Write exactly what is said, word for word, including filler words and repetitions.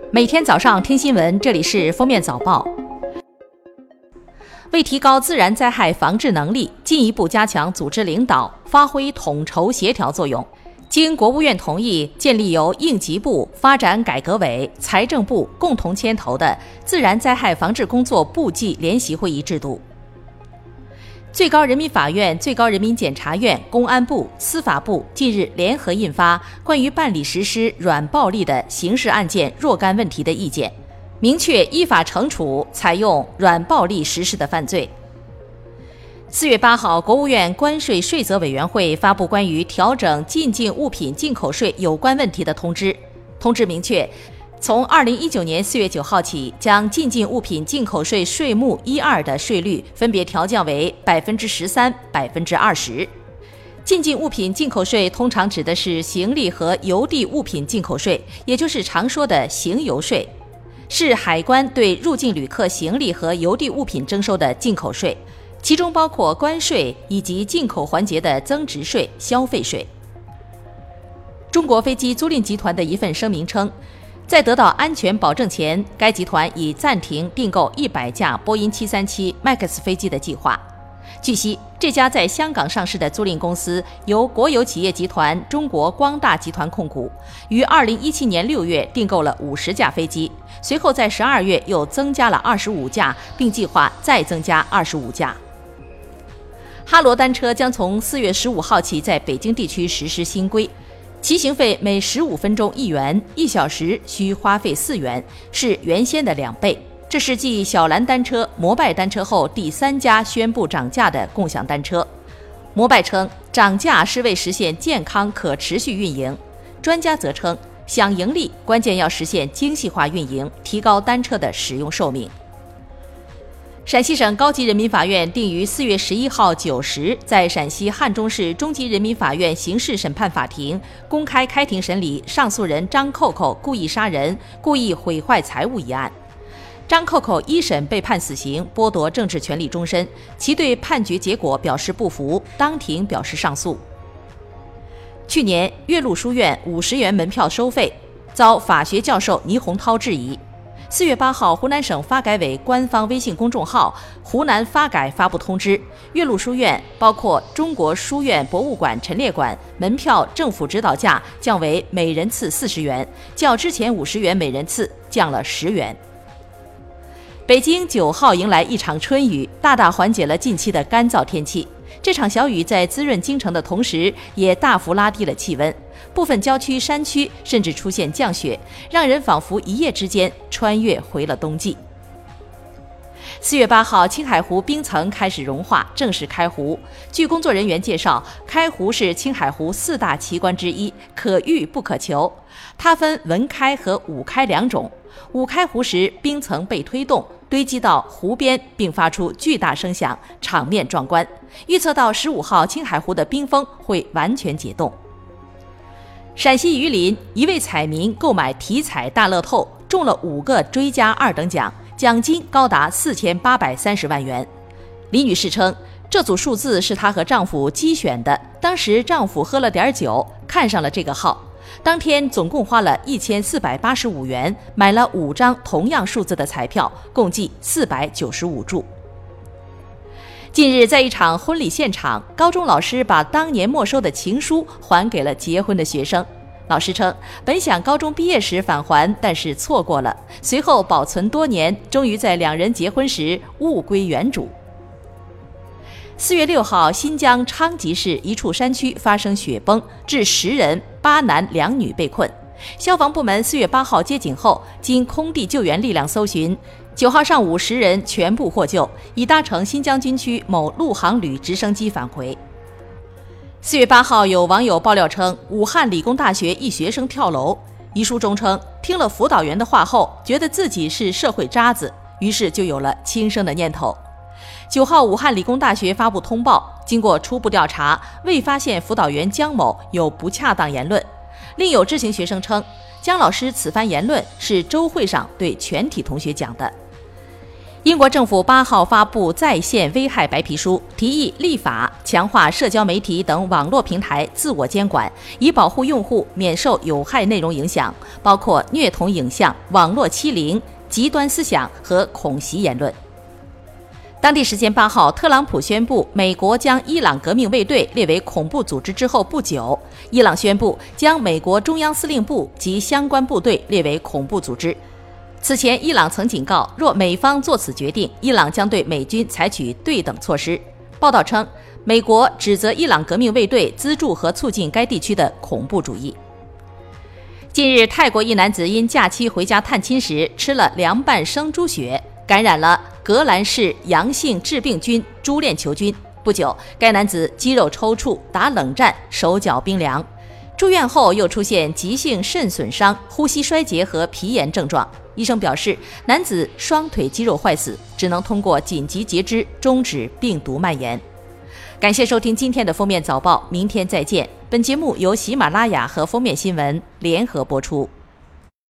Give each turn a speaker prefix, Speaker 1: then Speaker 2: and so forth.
Speaker 1: 每天早上听新闻，这里是封面早报。为提高自然灾害防治能力，进一步加强组织领导，发挥统筹协调作用，经国务院同意，建立由应急部、发展改革委、财政部共同牵头的自然灾害防治工作部际联席会议制度。最高人民法院、最高人民检察院、公安部、司法部近日联合印发《关于办理实施软暴力的刑事案件若干问题的意见》，明确依法惩处采用软暴力实施的犯罪。四月八号，国务院关税税则委员会发布关于调整进境物品进口税有关问题的通知。通知明确，从二零一九年四月九号起，将进境物品进口税税目一二的税率分别调降为百分之十三、百分之二十。进境物品进口税通常指的是行李和邮递物品进口税，也就是常说的行邮税，是海关对入境旅客行李和邮递物品征收的进口税，其中包括关税以及进口环节的增值税、消费税。中国飞机租赁集团的一份声明称，在得到安全保证前，该集团已暂停订购一百架波音七三七 MAX 飞机的计划。据悉，这家在香港上市的租赁公司由国有企业集团中国光大集团控股，于二零一七年六月订购了五十架飞机，随后在十二月又增加了二十五架，并计划再增加二十五架。哈罗单车将从四月十五号起在北京地区实施新规，骑行费每十五分钟一元，一小时需花费四元，是原先的两倍。这是继小蓝单车、摩拜单车后第三家宣布涨价的共享单车。摩拜称，涨价是为实现健康可持续运营；专家则称，想盈利，关键要实现精细化运营，提高单车的使用寿命。陕西省高级人民法院定于四月十一号九时，在陕西汉中市中级人民法院刑事审判法庭公开开庭审理上诉人张扣扣故意杀人、故意毁坏财物一案。张扣扣一审被判死刑，剥夺政治权利终身，其对判决结果表示不服，当庭表示上诉。去年，岳麓书院五十元门票收费遭法学教授倪洪涛质疑。四月八号，湖南省发改委官方微信公众号“湖南发改”发布通知，岳麓书院包括中国书院博物馆陈列馆门票政府指导价降为每人次四十元，较之前五十元每人次降了十元。北京九号迎来一场春雨，大大缓解了近期的干燥天气。这场小雨在滋润京城的同时，也大幅拉低了气温，部分郊区山区甚至出现降雪，让人仿佛一夜之间穿越回了冬季。四月八号，青海湖冰层开始融化，正式开湖。据工作人员介绍，开湖是青海湖四大奇观之一，可遇不可求。它分文开和武开两种。武开湖时，冰层被推动，堆积到湖边，并发出巨大声响，场面壮观。预测到十五号，青海湖的冰封会完全解冻。陕西榆林一位彩民购买体彩大乐透，中了五个追加二等奖，奖金高达四千八百三十万元。李女士称，这组数字是她和丈夫机选的，当时丈夫喝了点酒，看上了这个号。当天总共花了一千四百八十五元，买了五张同样数字的彩票，共计四百九十五注。近日，在一场婚礼现场，高中老师把当年没收的情书还给了结婚的学生。老师称，本想高中毕业时返还，但是错过了，随后保存多年，终于在两人结婚时物归原主。四月六号，新疆昌吉市一处山区发生雪崩，致十人，八男两女被困。消防部门四月八号接警后，经空地救援力量搜寻，九号上午十人全部获救，已搭乘新疆军区某陆航旅直升机返回。四月八号，有网友爆料称，武汉理工大学一学生跳楼。遗书中称，听了辅导员的话后，觉得自己是社会渣子，于是就有了轻生的念头。九号，武汉理工大学发布通报，经过初步调查，未发现辅导员姜某有不恰当言论。另有知情学生称，姜老师此番言论是周会上对全体同学讲的。 英国政府八号发布在线危害白皮书，提议立法强化社交媒体等网络平台自我监管，以保护用户免受有害内容影响，包括虐童影像、网络欺凌、极端思想和恐袭言论。当地时间八号，特朗普宣布美国将伊朗革命卫队列为恐怖组织之后不久，伊朗宣布将美国中央司令部及相关部队列为恐怖组织。此前，伊朗曾警告，若美方作此决定，伊朗将对美军采取对等措施。报道称，美国指责伊朗革命卫队资助和促进该地区的恐怖主义。近日，泰国一男子因假期回家探亲时吃了凉拌生猪血，感染了革兰氏阳性致病菌猪链球菌。不久，该男子肌肉抽搐、打冷战、手脚冰凉。住院后又出现急性肾损伤、呼吸衰竭和皮炎症状。医生表示，男子双腿肌肉坏死，只能通过紧急截肢终止病毒蔓延。感谢收听今天的封面早报，明天再见。本节目由喜马拉雅和封面新闻联合播出。